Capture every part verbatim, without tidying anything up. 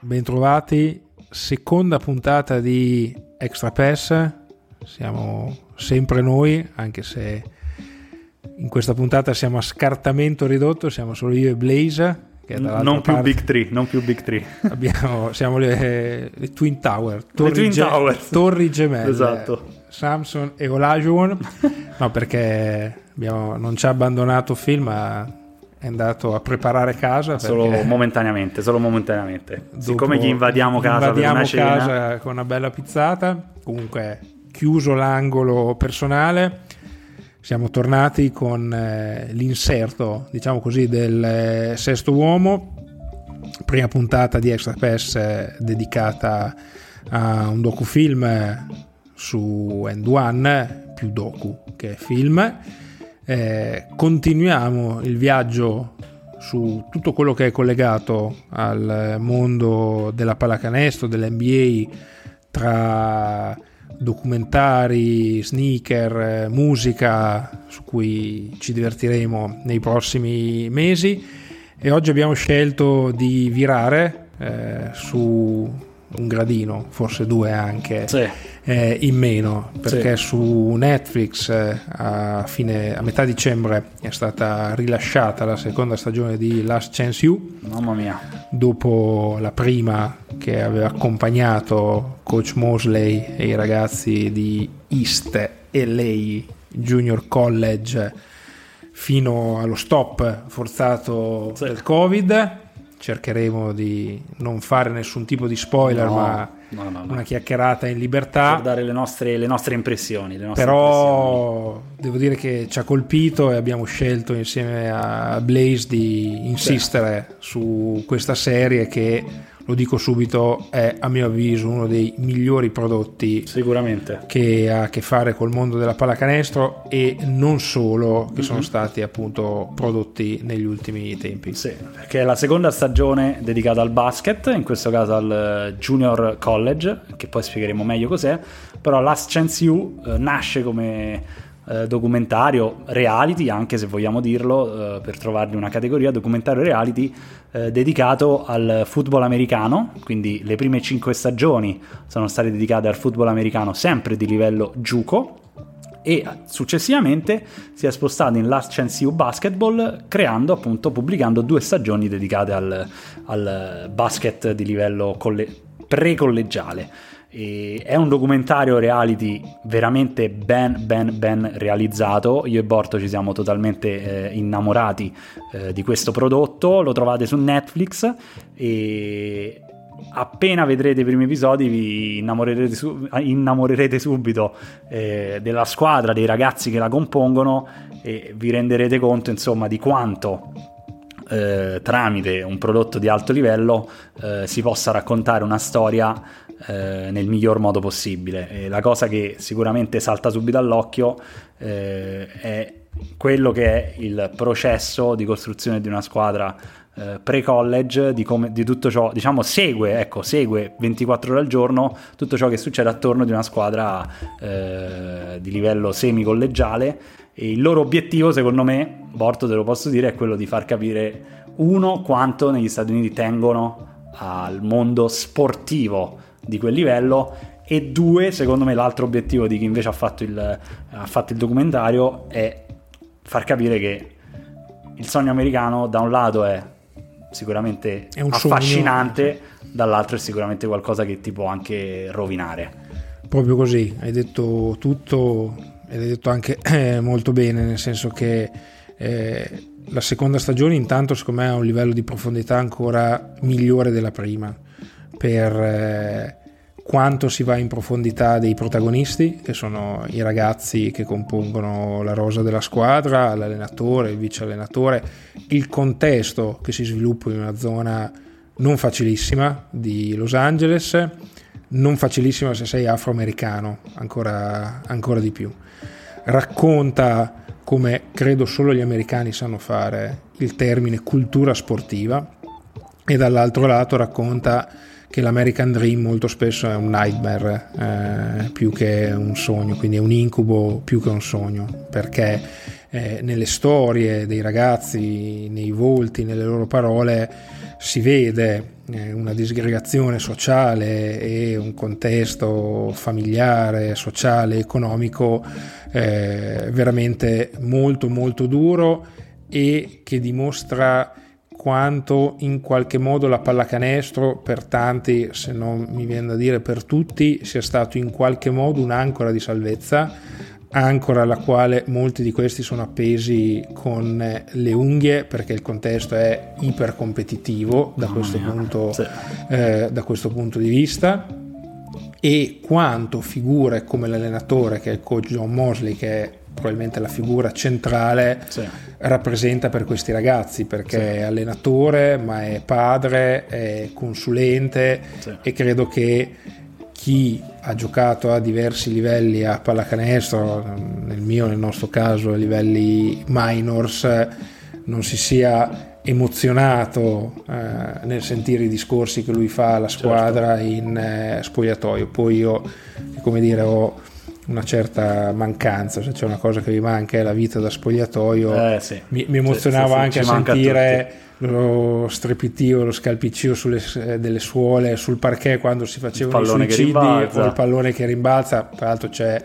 bentrovati, seconda puntata di Extra Pass, siamo sempre noi, anche se in questa puntata siamo a scartamento ridotto, siamo solo io e Blaze. Che non più parte, Big Three, non più Big Three. Abbiamo, siamo le, le Twin Tower, torri, le Twin ge- Towers. torri gemelle, esatto. Samson e Olajuwon. No, perché abbiamo, non ci ha abbandonato Phil, ma è andato a preparare casa solo momentaneamente, solo momentaneamente. Siccome gli invadiamo casa invadiamo per una cena, casa con una bella pizzata. Comunque, chiuso l'angolo personale, siamo tornati con eh, l'inserto, diciamo così, del eh, Sesto Uomo, prima puntata di Extra Pass eh, dedicata a un docufilm eh, su End One, più docu che film. Eh, continuiamo il viaggio su tutto quello che è collegato al mondo della pallacanestro, dell'N B A, tra documentari, sneaker, musica, su cui ci divertiremo nei prossimi mesi. E oggi abbiamo scelto di virare eh, su un gradino, forse due anche, sì. eh, in meno, perché sì. su Netflix eh, a, fine, a metà dicembre è stata rilasciata la seconda stagione di Last Chance U. Mamma mia. Dopo la prima, che aveva accompagnato Coach Mosley e i ragazzi di East L A Junior College fino allo stop forzato sì. del Covid. Cercheremo di non fare nessun tipo di spoiler, no, ma no, no, no. una chiacchierata in libertà, per dare le nostre, le nostre impressioni le nostre però impressioni. Devo dire che ci ha colpito e abbiamo scelto insieme a Blaze di insistere sì. su questa serie che, lo dico subito, è a mio avviso uno dei migliori prodotti sicuramente che ha a che fare col mondo della pallacanestro, e non solo, che mm-hmm. sono stati appunto prodotti negli ultimi tempi. Sì, perché è la seconda stagione dedicata al basket, in questo caso al Junior College, che poi spiegheremo meglio cos'è. Però Last Chance U eh, nasce come eh, documentario reality, anche se vogliamo dirlo, eh, per trovargli una categoria, documentario reality eh, dedicato al football americano. Quindi le prime cinque stagioni sono state dedicate al football americano, sempre di livello JUCO, e successivamente si è spostato in Last Chance U Basketball, creando appunto, pubblicando due stagioni dedicate al, al basket di livello colle- pre-collegiale. E è un documentario reality veramente ben ben ben realizzato. Io e Borto ci siamo totalmente eh, innamorati eh, di questo prodotto. Lo trovate su Netflix e appena vedrete i primi episodi vi innamorerete, su- innamorerete subito eh, della squadra, dei ragazzi che la compongono, e vi renderete conto insomma di quanto eh, tramite un prodotto di alto livello eh, si possa raccontare una storia eh, nel miglior modo possibile. E la cosa che sicuramente salta subito all'occhio eh, è quello che è il processo di costruzione di una squadra eh, pre-college, di, come, di tutto ciò, diciamo, segue, ecco, segue ventiquattro ore al giorno tutto ciò che succede attorno di una squadra eh, di livello semi-collegiale. E il loro obiettivo, secondo me, Borto te lo posso dire, è quello di far capire, uno, quanto negli Stati Uniti tengono al mondo sportivo di quel livello, e due, secondo me l'altro obiettivo di chi invece ha fatto il, ha fatto il documentario è far capire che il sogno americano da un lato è sicuramente è affascinante, sogno, dall'altro è sicuramente qualcosa che ti può anche rovinare. Proprio così, hai detto tutto, ed hai detto anche eh, molto bene, nel senso che eh, la seconda stagione intanto secondo me ha un livello di profondità ancora migliore della prima, per eh, quanto si va in profondità dei protagonisti, che sono i ragazzi che compongono la rosa della squadra, l'allenatore, il vice allenatore, il contesto che si sviluppa in una zona non facilissima di Los Angeles, non facilissima se sei afroamericano, ancora, ancora di più. Racconta, come credo solo gli americani sanno fare, il termine cultura sportiva, e dall'altro lato racconta che l'American Dream molto spesso è un nightmare eh, più che un sogno, quindi è un incubo più che un sogno, perché eh, nelle storie dei ragazzi, nei volti, nelle loro parole, si vede eh, una disgregazione sociale e un contesto familiare, sociale, economico eh, veramente molto molto duro, e che dimostra quanto in qualche modo la pallacanestro per tanti, se non mi viene da dire per tutti, sia stato in qualche modo un'ancora di salvezza, ancora alla quale molti di questi sono appesi con le unghie, perché il contesto è ipercompetitivo da, questo punto, sì. eh, da questo punto di vista, e quanto figure come l'allenatore, che è il coach John Mosley, che è probabilmente la figura centrale, sì. rappresenta per questi ragazzi, perché sì. è allenatore, ma è padre, è consulente, sì. e credo che chi ha giocato a diversi livelli a pallacanestro, nel mio, nel nostro caso a livelli minors, non si sia emozionato eh, nel sentire i discorsi che lui fa alla squadra, certo. in eh, spogliatoio. Poi io, come dire, ho una certa mancanza, se c'è una cosa che mi manca è la vita da spogliatoio. Eh, sì. mi, mi emozionava sì, sì, anche sì, a sentire a lo strepitio, lo scalpiccio sulle, delle suole sul parquet quando si facevano i suicidi, o il pallone che rimbalza. Tra l'altro c'è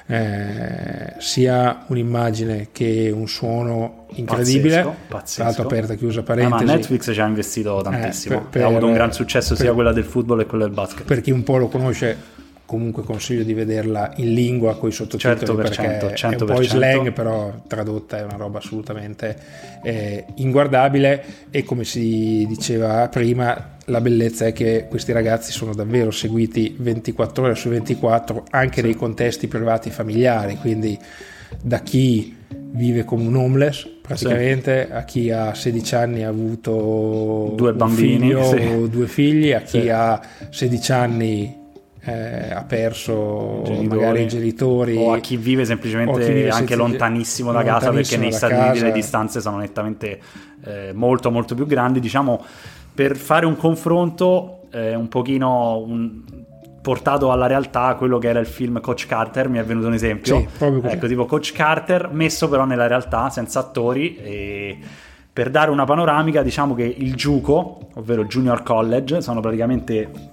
eh, sia un'immagine che un suono incredibile, pazzesco, pazzesco. Tra l'altro, aperta e chiusa parentesi, eh, ma Netflix ci ha investito tantissimo, eh, per, per, ha avuto un gran successo per, sia quella del football e quella del basket. Per chi un po' lo conosce, comunque consiglio di vederla in lingua con i sottotitoli, cento per cento, perché cento per cento. È un po' slang, però tradotta è una roba assolutamente eh, inguardabile. E come si diceva prima, la bellezza è che questi ragazzi sono davvero seguiti ventiquattro ore su ventiquattro, anche sì. nei contesti privati familiari, quindi da chi vive come un homeless praticamente, sì. a chi ha sedici anni ha avuto due bambini, figlio, sì. due figli, a chi sì. ha sedici anni Eh, ha perso genitori, magari i genitori, o a chi vive semplicemente chi vive anche lontanissimo da casa, perché negli Stati Uniti le distanze sono nettamente eh, molto molto più grandi. Diciamo, per fare un confronto eh, un pochino un, portato alla realtà, quello che era il film Coach Carter mi è venuto un esempio, sì, ecco, tipo Coach Carter messo però nella realtà senza attori. E per dare una panoramica, diciamo che il JUCO, ovvero Junior College, sono praticamente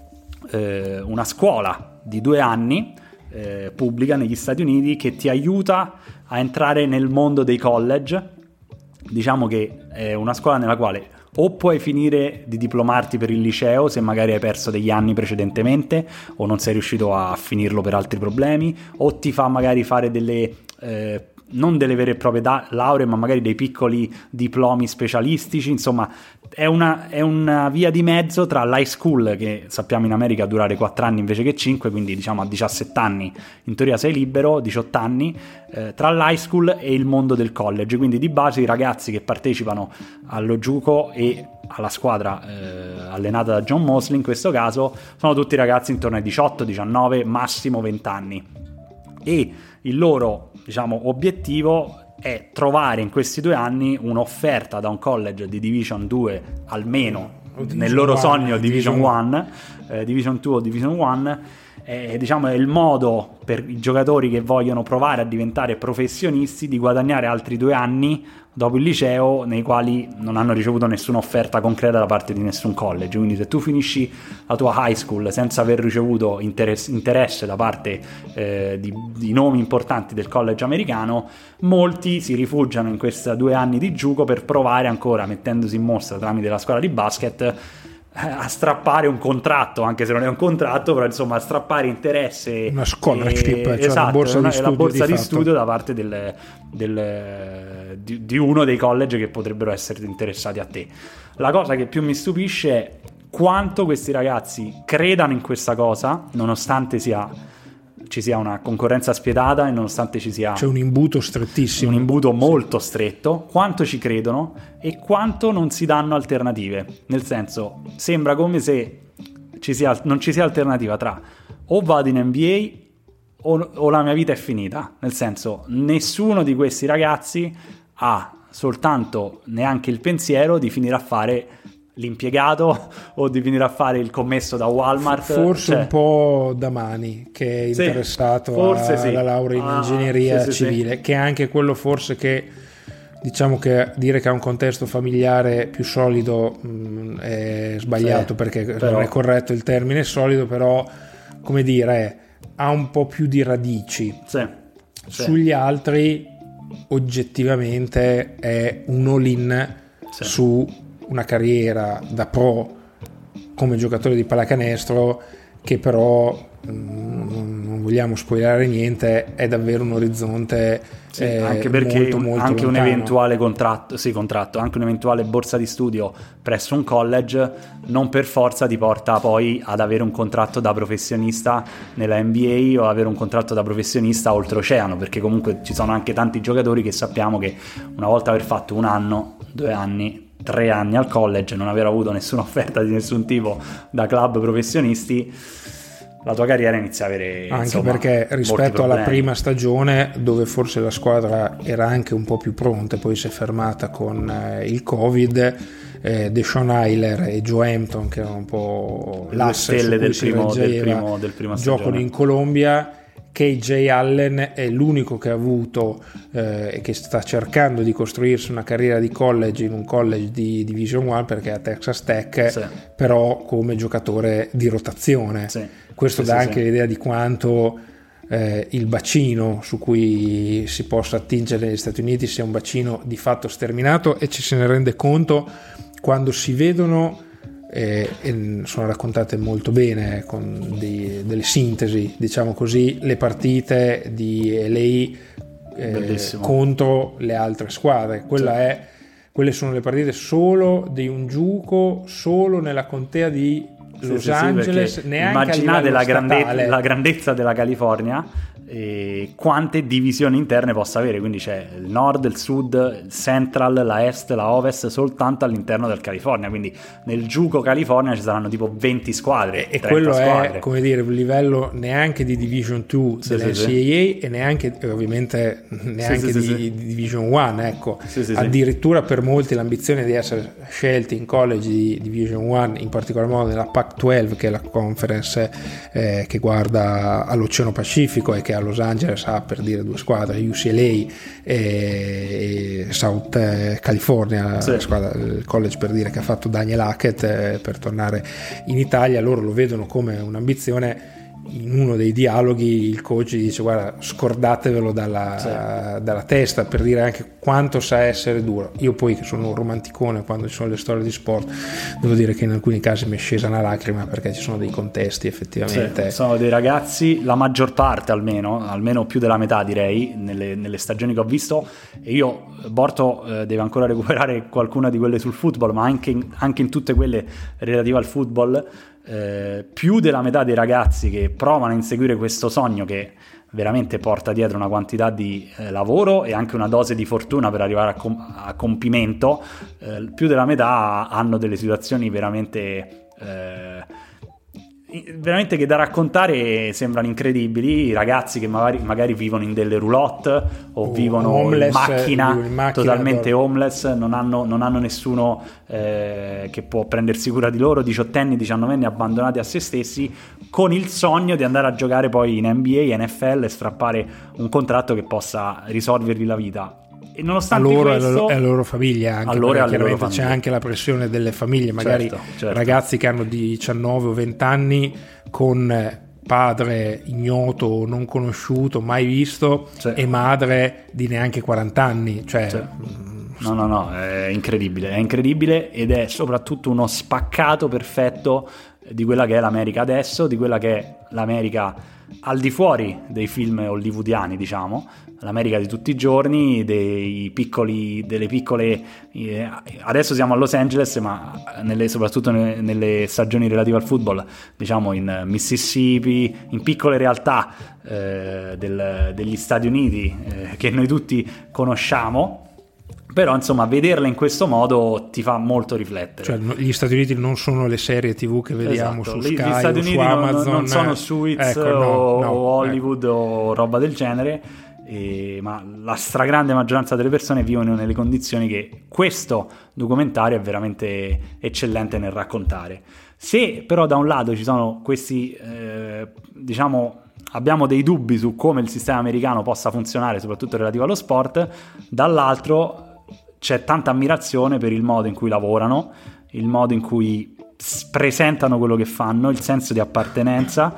una scuola di due anni eh, pubblica negli Stati Uniti, che ti aiuta a entrare nel mondo dei college. Diciamo che è una scuola nella quale o puoi finire di diplomarti per il liceo se magari hai perso degli anni precedentemente o non sei riuscito a finirlo per altri problemi, o ti fa magari fare delle eh, non delle vere e proprie da- lauree, ma magari dei piccoli diplomi specialistici. Insomma, è una, è una via di mezzo tra l'high school, che sappiamo in America durare quattro anni invece che cinque, quindi diciamo a diciassette anni in teoria sei libero, diciotto anni, eh, tra l'high school e il mondo del college. Quindi di base i ragazzi che partecipano allo JUCO e alla squadra eh, allenata da John Mosley in questo caso sono tutti ragazzi intorno ai diciotto, diciannove, massimo venti anni, e il loro, diciamo, obiettivo è trovare in questi due anni un'offerta da un college di Division due, almeno Division nel loro one, sogno Division uno, eh, Division due o Division uno. Eh, diciamo, è il modo per i giocatori che vogliono provare a diventare professionisti di guadagnare altri due anni dopo il liceo, nei quali non hanno ricevuto nessuna offerta concreta da parte di nessun college. Quindi se tu finisci la tua high school senza aver ricevuto interesse, interesse da parte eh, di, di nomi importanti del college americano, molti si rifugiano in questi due anni di JUCO per provare ancora, mettendosi in mostra tramite la scuola di basket, a strappare un contratto, anche se non è un contratto, però insomma a strappare interesse, una scholarship, e, cioè esatto, una borsa, una, di, studio, la borsa di, di studio da parte del, del, di, di uno dei college che potrebbero essere interessati a te. La cosa che più mi stupisce è quanto questi ragazzi credano in questa cosa, nonostante sia ci sia una concorrenza spietata e nonostante ci sia c'è un imbuto strettissimo, un imbuto molto sì. stretto, quanto ci credono e quanto non si danno alternative. Nel senso, sembra come se ci sia, non ci sia alternativa tra o vado in N B A o, o la mia vita è finita. Nel senso, nessuno di questi ragazzi ha soltanto neanche il pensiero di finire a fare l'impiegato o di finire a fare il commesso da Walmart. Forse cioè... un po' da Mani, che è sì, interessato alla sì. laurea in ah, ingegneria sì, sì, civile, sì. che è anche quello forse che, diciamo che dire che ha un contesto familiare più solido mh, è sbagliato, sì, perché però... non è corretto il termine solido, però come dire, ha un po' più di radici. Sì, sì. Sugli altri oggettivamente è un all-in, sì, su una carriera da pro come giocatore di pallacanestro, che però mh, non vogliamo spoilerare niente, è davvero un orizzonte, sì, eh, anche perché molto, molto anche lontano. un eventuale contratto, sì, contratto, anche un'eventuale borsa di studio presso un college non per forza ti porta poi ad avere un contratto da professionista nella N B A o avere un contratto da professionista oltreoceano, perché comunque ci sono anche tanti giocatori che sappiamo che una volta aver fatto un anno, due anni, tre anni al college, non aver avuto nessuna offerta di nessun tipo da club professionisti, la tua carriera inizia a avere, anche insomma, perché rispetto alla prima stagione, dove forse la squadra era anche un po' più pronta, poi si è fermata con eh, il Covid, eh, Deshaun Hyler e Joe Hampton, che erano un po' l'asse stelle del si primo, del reggeva, primo, del prima stagione, giocano in Colombia. K J Allen è l'unico che ha avuto e eh, che sta cercando di costruirsi una carriera di college in un college di Division uno, perché è a Texas Tech, sì, però come giocatore di rotazione, sì, questo sì, dà sì, anche sì. l'idea di quanto eh, il bacino su cui si possa attingere negli Stati Uniti sia un bacino di fatto sterminato, e ci se ne rende conto quando si vedono Eh, e sono raccontate molto bene con dei, delle sintesi, diciamo così, le partite di L A eh, contro le altre squadre. Quella sì. è, quelle sono le partite solo di un giuco solo nella contea di Los sì, Angeles, sì, neanche immaginate la, grande, la grandezza della California e quante divisioni interne possa avere, quindi c'è il nord, il sud, il central, la est, la ovest, soltanto all'interno del California, quindi nel giuco California ci saranno tipo venti squadre e quello squadre. È, come dire, un livello neanche di Division due sì, dell'N C A A sì. e neanche ovviamente neanche sì, sì, di, sì. di Division uno, ecco sì, sì, addirittura sì. per molti l'ambizione di essere scelti in college di Division uno, in particolar modo nella Pac dodici, che è la conference eh, che guarda all'Oceano Pacifico e che a Los Angeles ha, per dire, due squadre, U C L A e, e South California, sì. la squadra, il college, per dire, che ha fatto Daniel Hackett eh, per tornare in Italia. Loro lo vedono come un'ambizione. In uno dei dialoghi il coach dice: guarda, scordatevelo dalla, sì. dalla testa, per dire anche quanto sa essere duro. Io poi, che sono un romanticone quando ci sono le storie di sport, devo dire che in alcuni casi mi è scesa una lacrima, perché ci sono dei contesti effettivamente, sì, sono dei ragazzi, la maggior parte almeno almeno più della metà direi nelle, nelle stagioni che ho visto, e io Borto eh, deve ancora recuperare qualcuna di quelle sul football, ma anche in, anche in tutte quelle relative al football, Eh, più della metà dei ragazzi che provano a inseguire questo sogno, che veramente porta dietro una quantità di eh, lavoro e anche una dose di fortuna per arrivare a, com- a compimento, eh, più della metà hanno delle situazioni veramente eh, veramente che da raccontare sembrano incredibili. I ragazzi che magari, magari vivono in delle roulotte o oh, vivono homeless, in, macchina, in macchina totalmente adoro. homeless, non hanno, non hanno nessuno eh, che può prendersi cura di loro, diciottenni, diciannovenni abbandonati a se stessi, con il sogno di andare a giocare poi in N B A, N F L e strappare un contratto che possa risolvergli la vita. E nonostante a loro questo, e alla loro famiglia anche, allora perché chiaramente c'è anche la pressione delle famiglie, magari certo, certo. ragazzi che hanno diciannove o venti anni con padre ignoto o non conosciuto, mai visto, certo. e madre di neanche quaranta anni, cioè certo. no no no è incredibile, è incredibile ed è soprattutto uno spaccato perfetto di quella che è l'America adesso, di quella che è l'America al di fuori dei film hollywoodiani, diciamo, l'America di tutti i giorni, dei piccoli, delle piccole eh, adesso siamo a Los Angeles, ma nelle, soprattutto nelle, nelle stagioni relative al football, diciamo in Mississippi, in piccole realtà eh, del, degli Stati Uniti eh, che noi tutti conosciamo. Però insomma vederla in questo modo ti fa molto riflettere. Cioè gli Stati Uniti non sono le serie tv che vediamo esatto. su Gli Sky Stati o Uniti su Amazon, non, non sono Suits ecco, no, o, no, o Hollywood ecco. o roba del genere. E, ma la stragrande maggioranza delle persone vivono nelle condizioni che questo documentario è veramente eccellente nel raccontare. Se però da un lato ci sono questi, eh, diciamo, abbiamo dei dubbi su come il sistema americano possa funzionare, soprattutto relativo allo sport, dall'altro c'è tanta ammirazione per il modo in cui lavorano, il modo in cui presentano quello che fanno, il senso di appartenenza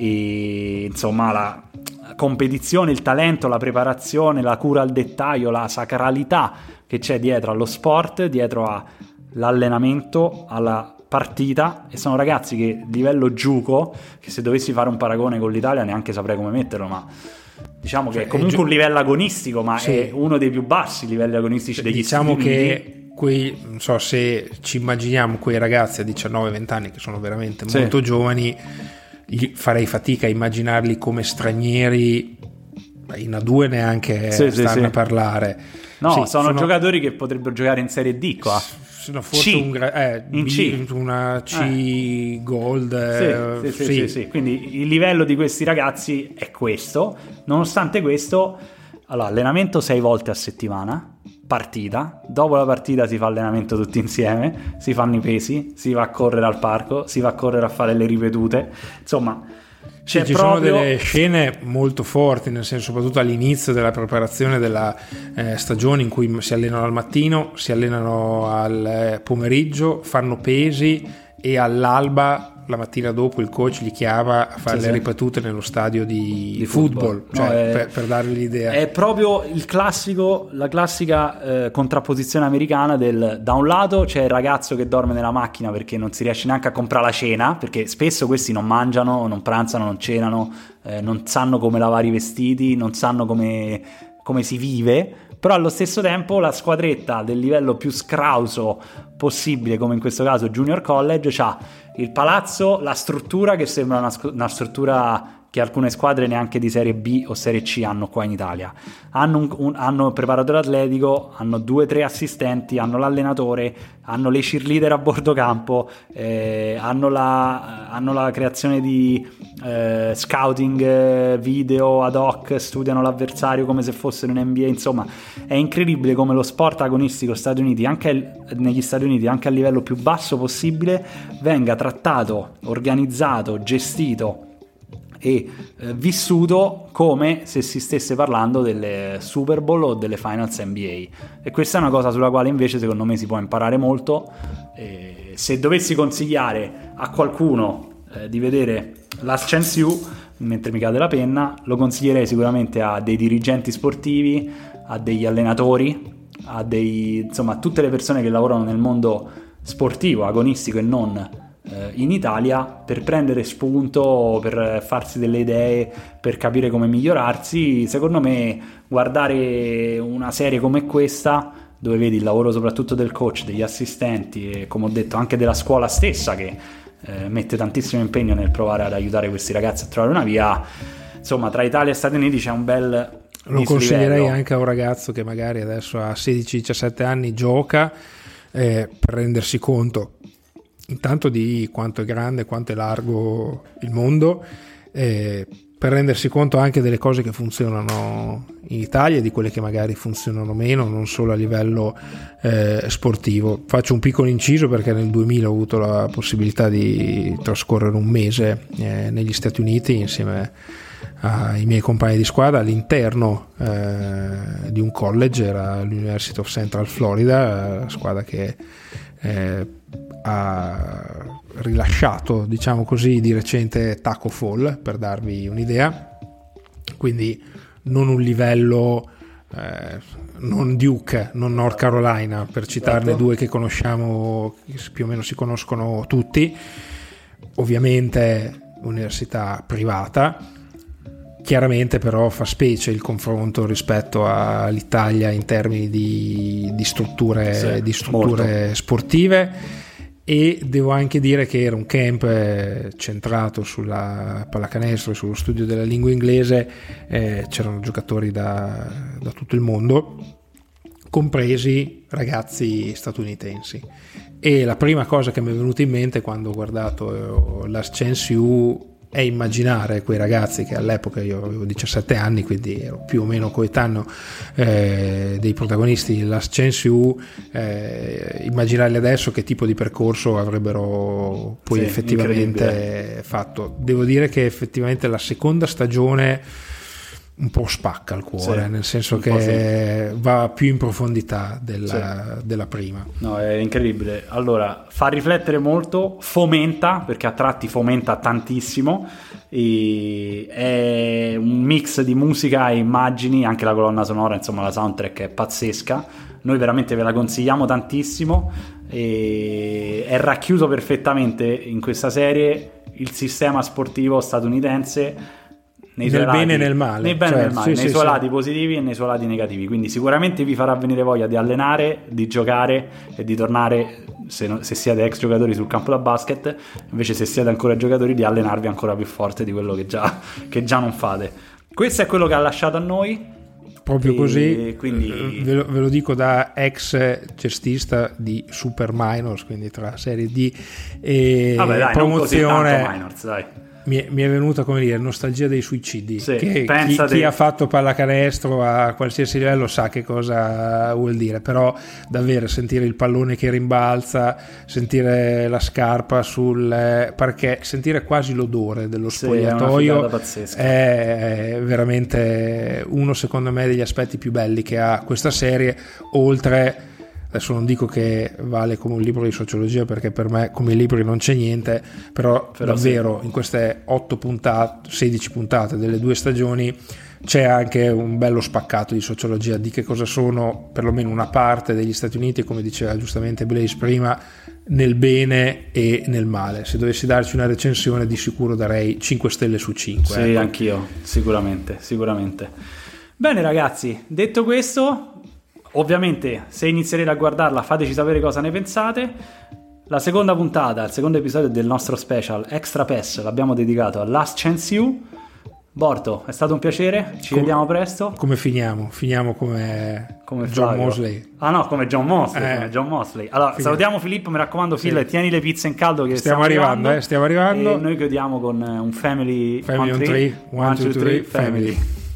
e insomma la competizione, il talento, la preparazione, la cura al dettaglio, la sacralità che c'è dietro allo sport, dietro all'allenamento, alla partita. E sono ragazzi che livello giuco, che se dovessi fare un paragone con l'Italia neanche saprei come metterlo, ma diciamo che è comunque è gi- un livello agonistico, ma sì, è uno dei più bassi livelli agonistici degli diciamo Stati Uniti. Che quei, non so se ci immaginiamo quei ragazzi a diciannove venti anni che sono veramente sì. molto giovani, farei fatica a immaginarli come stranieri in A due, neanche sì, stanno sì, a parlare. No, sì, sono, sono giocatori che potrebbero giocare in Serie D qua. Sono forse C. un gra- eh, in B, C. una C eh. Gold. Sì, eh, sì, sì. Sì, sì. Quindi il livello di questi ragazzi è questo. Nonostante questo, allora, allenamento sei volte a settimana, partita, dopo la partita si fa allenamento tutti insieme, si fanno i pesi, si va a correre al parco, si va a correre a fare le ripetute, insomma c'è sì, ci proprio... sono delle scene molto forti, nel senso, soprattutto all'inizio della preparazione della eh, stagione, in cui si allenano al mattino, si allenano al pomeriggio, fanno pesi e all'alba, la mattina dopo, il coach li chiama a fare sì, le sì. ripetute nello stadio di, di football, football. Cioè, no, è, per, per darvi l'idea. È proprio il classico, la classica eh, contrapposizione americana del, da un lato c'è il ragazzo che dorme nella macchina perché non si riesce neanche a comprare la cena, perché spesso questi non mangiano, non pranzano, non cenano, eh, non sanno come lavare i vestiti, non sanno come, come si vive, però allo stesso tempo la squadretta del livello più scrauso possibile, come in questo caso Junior College, c'ha il palazzo, la struttura che sembra una, una struttura che alcune squadre neanche di Serie B o Serie C hanno qua in Italia. Hanno un, un hanno preparatore atletico, hanno due o tre assistenti, hanno l'allenatore, hanno le cheerleader a bordo campo, eh, hanno, la, hanno la creazione di eh, scouting eh, video ad hoc, studiano l'avversario come se fossero in N B A. Insomma, è incredibile come lo sport agonistico Stati Uniti, anche negli Stati Uniti, anche a livello più basso possibile, venga trattato, organizzato, gestito e eh, vissuto come se si stesse parlando delle Super Bowl o delle Finals N B A. E questa è una cosa sulla quale invece secondo me si può imparare molto. E se dovessi consigliare a qualcuno eh, di vedere Last Chance U mentre mi cade la penna, lo consiglierei sicuramente a dei dirigenti sportivi, a degli allenatori, a dei, insomma, a tutte le persone che lavorano nel mondo sportivo, agonistico e non in Italia, per prendere spunto, per farsi delle idee, per capire come migliorarsi. Secondo me guardare una serie come questa, dove vedi il lavoro soprattutto del coach, degli assistenti e, come ho detto, anche della scuola stessa che eh, mette tantissimo impegno nel provare ad aiutare questi ragazzi a trovare una via, insomma, tra Italia e Stati Uniti c'è un bel lo consiglierei anche a un ragazzo che magari adesso ha sedici diciassette anni, gioca, eh, per rendersi conto intanto di quanto è grande, quanto è largo il mondo, eh, per rendersi conto anche delle cose che funzionano in Italia e di quelle che magari funzionano meno, non solo a livello eh, sportivo. Faccio un piccolo inciso perché nel duemila ho avuto la possibilità di trascorrere un mese eh, negli Stati Uniti insieme ai miei compagni di squadra all'interno eh, di un college, era l'University of Central Florida, la squadra che eh, ha rilasciato, diciamo così, di recente Taco Fall, per darvi un'idea. Quindi non un livello eh, non Duke, non North Carolina, per citarne due che conosciamo, che più o meno si conoscono tutti. Ovviamente università privata, chiaramente però fa specie il confronto rispetto all'Italia in termini di, di strutture, sì, di strutture sportive. E devo anche dire che era un camp centrato sulla pallacanestro e sullo studio della lingua inglese, eh, c'erano giocatori da, da tutto il mondo, compresi ragazzi statunitensi. E la prima cosa che mi è venuta in mente quando ho guardato Last Chance U è immaginare quei ragazzi che all'epoca, io avevo diciassette anni, quindi ero più o meno coetaneo eh, dei protagonisti di Last Chance U, eh, immaginarli adesso che tipo di percorso avrebbero poi sì, effettivamente fatto. Devo dire che effettivamente la seconda stagione un po' spacca il cuore, sì, nel senso che sì, va più in profondità della, sì, della prima. No, è incredibile. Allora, fa riflettere molto, fomenta, perché a tratti fomenta tantissimo, e è un mix di musica e immagini, anche la colonna sonora, insomma la soundtrack è pazzesca, noi veramente ve la consigliamo tantissimo, e è racchiuso perfettamente in questa serie il sistema sportivo statunitense, nei nel lati, bene e nel male, nei, bene cioè, nel male, sì, nei sì, suoi sì. lati positivi e nei suoi lati negativi, quindi sicuramente vi farà venire voglia di allenare, di giocare e di tornare, se, no, se siete ex giocatori sul campo da basket, invece se siete ancora giocatori di allenarvi ancora più forte di quello che già, che già non fate. Questo è quello che ha lasciato a noi, proprio e così, quindi... ve, lo, ve lo dico da ex cestista di Super Minors, quindi tra Serie D e Vabbè, dai, promozione, non così tanto Minors, dai. Mi è, mi è venuta, come dire, nostalgia dei suicidi, sì, che chi, chi ha fatto pallacanestro a qualsiasi livello sa che cosa vuol dire, però davvero sentire il pallone che rimbalza, sentire la scarpa sul parquet, sentire quasi l'odore dello spogliatoio, sì, è, è veramente uno, secondo me, degli aspetti più belli che ha questa serie, oltre... Adesso non dico che vale come un libro di sociologia, perché per me come libri non c'è niente, però, però davvero sì, in queste otto puntate, sedici puntate delle due stagioni c'è anche un bello spaccato di sociologia di che cosa sono perlomeno una parte degli Stati Uniti, come diceva giustamente Blaze prima, nel bene e nel male. Se dovessi darci una recensione, di sicuro darei cinque stelle su cinque. Sì, ecco. Anch'io, sicuramente, sicuramente. Bene ragazzi, detto questo, ovviamente se inizierete a guardarla fateci sapere cosa ne pensate. La seconda puntata, il secondo episodio del nostro special Extra Pass l'abbiamo dedicato a Last Chance U. Borto, è stato un piacere, ci come, vediamo presto. Come finiamo? Finiamo come, come John Flavio. Mosley. Ah no, come John Mosley, eh. come John Mosley. Allora, finiamo. Salutiamo Filippo, mi raccomando Phil, sì, tieni le pizze in caldo che stiamo, stiamo arrivando, arrivando eh, stiamo arrivando. E noi chiudiamo con un family, family on three, one, two, three, family. family.